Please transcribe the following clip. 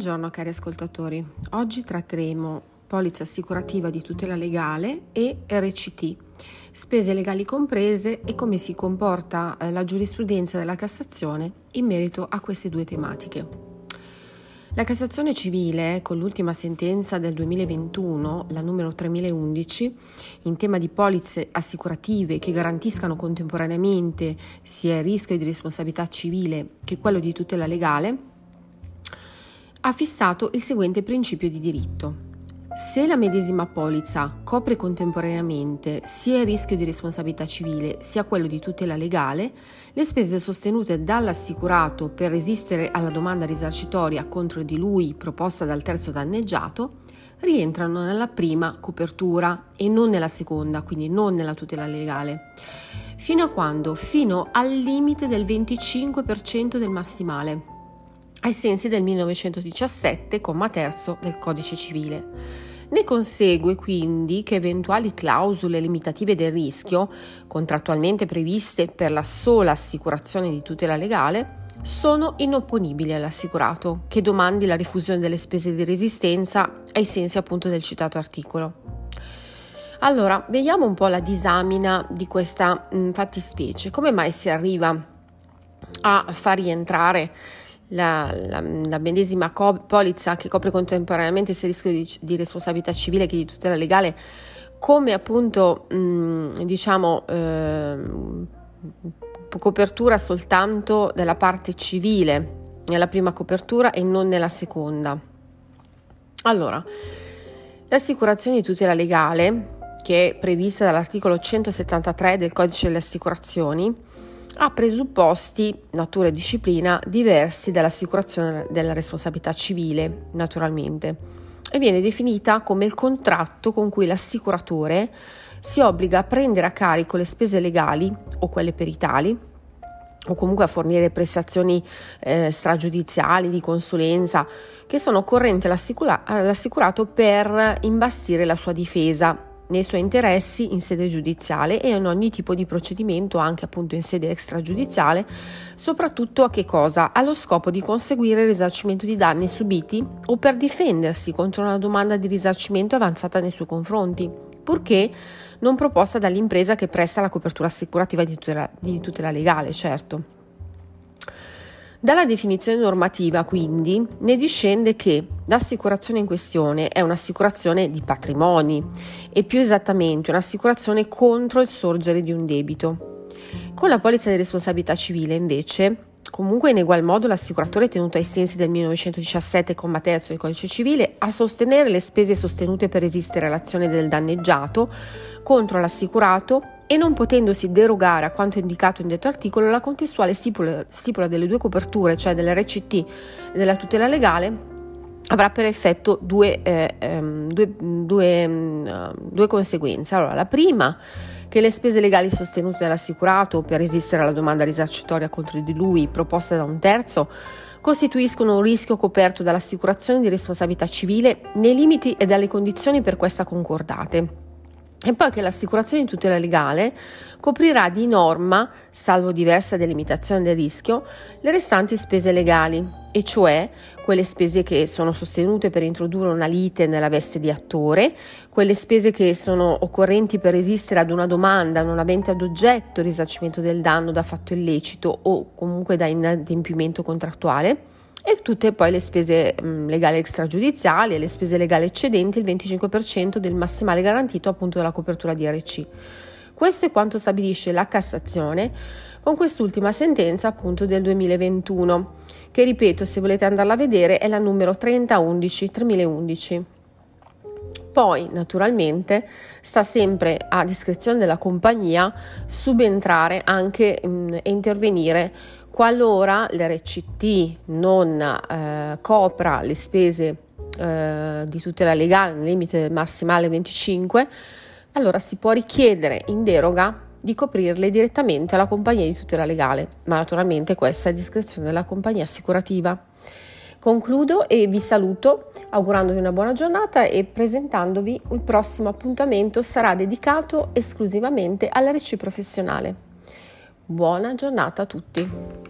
Buongiorno cari ascoltatori, oggi tratteremo polizza assicurativa di tutela legale e RCT, spese legali comprese e come si comporta la giurisprudenza della Cassazione in merito a queste due tematiche. La Cassazione civile, con l'ultima sentenza del 2021, la numero 3011, in tema di polizze assicurative che garantiscano contemporaneamente sia il rischio di responsabilità civile che quello di tutela legale, ha fissato il seguente principio di diritto. Se la medesima polizza copre contemporaneamente sia il rischio di responsabilità civile sia quello di tutela legale, le spese sostenute dall'assicurato per resistere alla domanda risarcitoria contro di lui proposta dal terzo danneggiato rientrano nella prima copertura e non nella seconda, quindi non nella tutela legale. Fino a quando? Fino al limite del 25% del massimale, ai sensi del 1917, comma terzo del Codice Civile. Ne consegue quindi che eventuali clausole limitative del rischio, contrattualmente previste per la sola assicurazione di tutela legale, sono inopponibili all'assicurato che domandi la rifusione delle spese di resistenza ai sensi appunto del citato articolo. Allora, vediamo un po' la disamina di questa fattispecie. Come mai si arriva a far rientrare la medesima polizza che copre contemporaneamente sia il rischio di responsabilità civile che di tutela legale come appunto copertura soltanto della parte civile nella prima copertura e non nella seconda? Allora, l'assicurazione di tutela legale, che è prevista dall'articolo 173 del Codice delle Assicurazioni, ha presupposti, natura e disciplina diversi dall'assicurazione della responsabilità civile, naturalmente, e viene definita come il contratto con cui l'assicuratore si obbliga a prendere a carico le spese legali o quelle peritali, o comunque a fornire prestazioni stragiudiziali di consulenza che sono occorrenti all'assicurato per imbastire la sua difesa nei suoi interessi in sede giudiziale e in ogni tipo di procedimento, anche appunto in sede extragiudiziale, soprattutto a che cosa? Allo scopo di conseguire il risarcimento di danni subiti o per difendersi contro una domanda di risarcimento avanzata nei suoi confronti, purché non proposta dall'impresa che presta la copertura assicurativa di tutela legale, certo. Dalla definizione normativa, quindi, ne discende che l'assicurazione in questione è un'assicurazione di patrimoni e più esattamente un'assicurazione contro il sorgere di un debito. Con la polizza di responsabilità civile, invece, comunque in egual modo l'assicuratore è tenuto ai sensi del 1917, comma terzo del Codice Civile, a sostenere le spese sostenute per resistere all'azione del danneggiato contro l'assicurato e non potendosi derogare a quanto indicato in detto articolo, la contestuale stipula delle due coperture, cioè dell'RCT e della tutela legale, avrà per effetto due conseguenze. Allora, la prima, che le spese legali sostenute dall'assicurato per resistere alla domanda risarcitoria contro di lui proposta da un terzo costituiscono un rischio coperto dall'assicurazione di responsabilità civile nei limiti e dalle condizioni per questa concordate. E poi che l'assicurazione di tutela legale coprirà di norma, salvo diversa delimitazione del rischio, le restanti spese legali, e cioè quelle spese che sono sostenute per introdurre una lite nella veste di attore, quelle spese che sono occorrenti per resistere ad una domanda non avente ad oggetto il risarcimento del danno da fatto illecito o comunque da inadempimento contrattuale, e tutte poi le spese legali extragiudiziali e le spese legali eccedenti il 25% del massimale garantito appunto dalla copertura DRC. Questo è quanto stabilisce la Cassazione con quest'ultima sentenza appunto del 2021, che ripeto, se volete andarla a vedere, è la numero 3011. Poi naturalmente sta sempre a discrezione della compagnia subentrare anche e intervenire qualora l'RCT non copra le spese di tutela legale nel limite massimale 25, allora si può richiedere in deroga di coprirle direttamente alla compagnia di tutela legale, ma naturalmente questa è a discrezione della compagnia assicurativa. Concludo e vi saluto augurandovi una buona giornata e presentandovi il prossimo appuntamento sarà dedicato esclusivamente all'RC professionale. Buona giornata a tutti.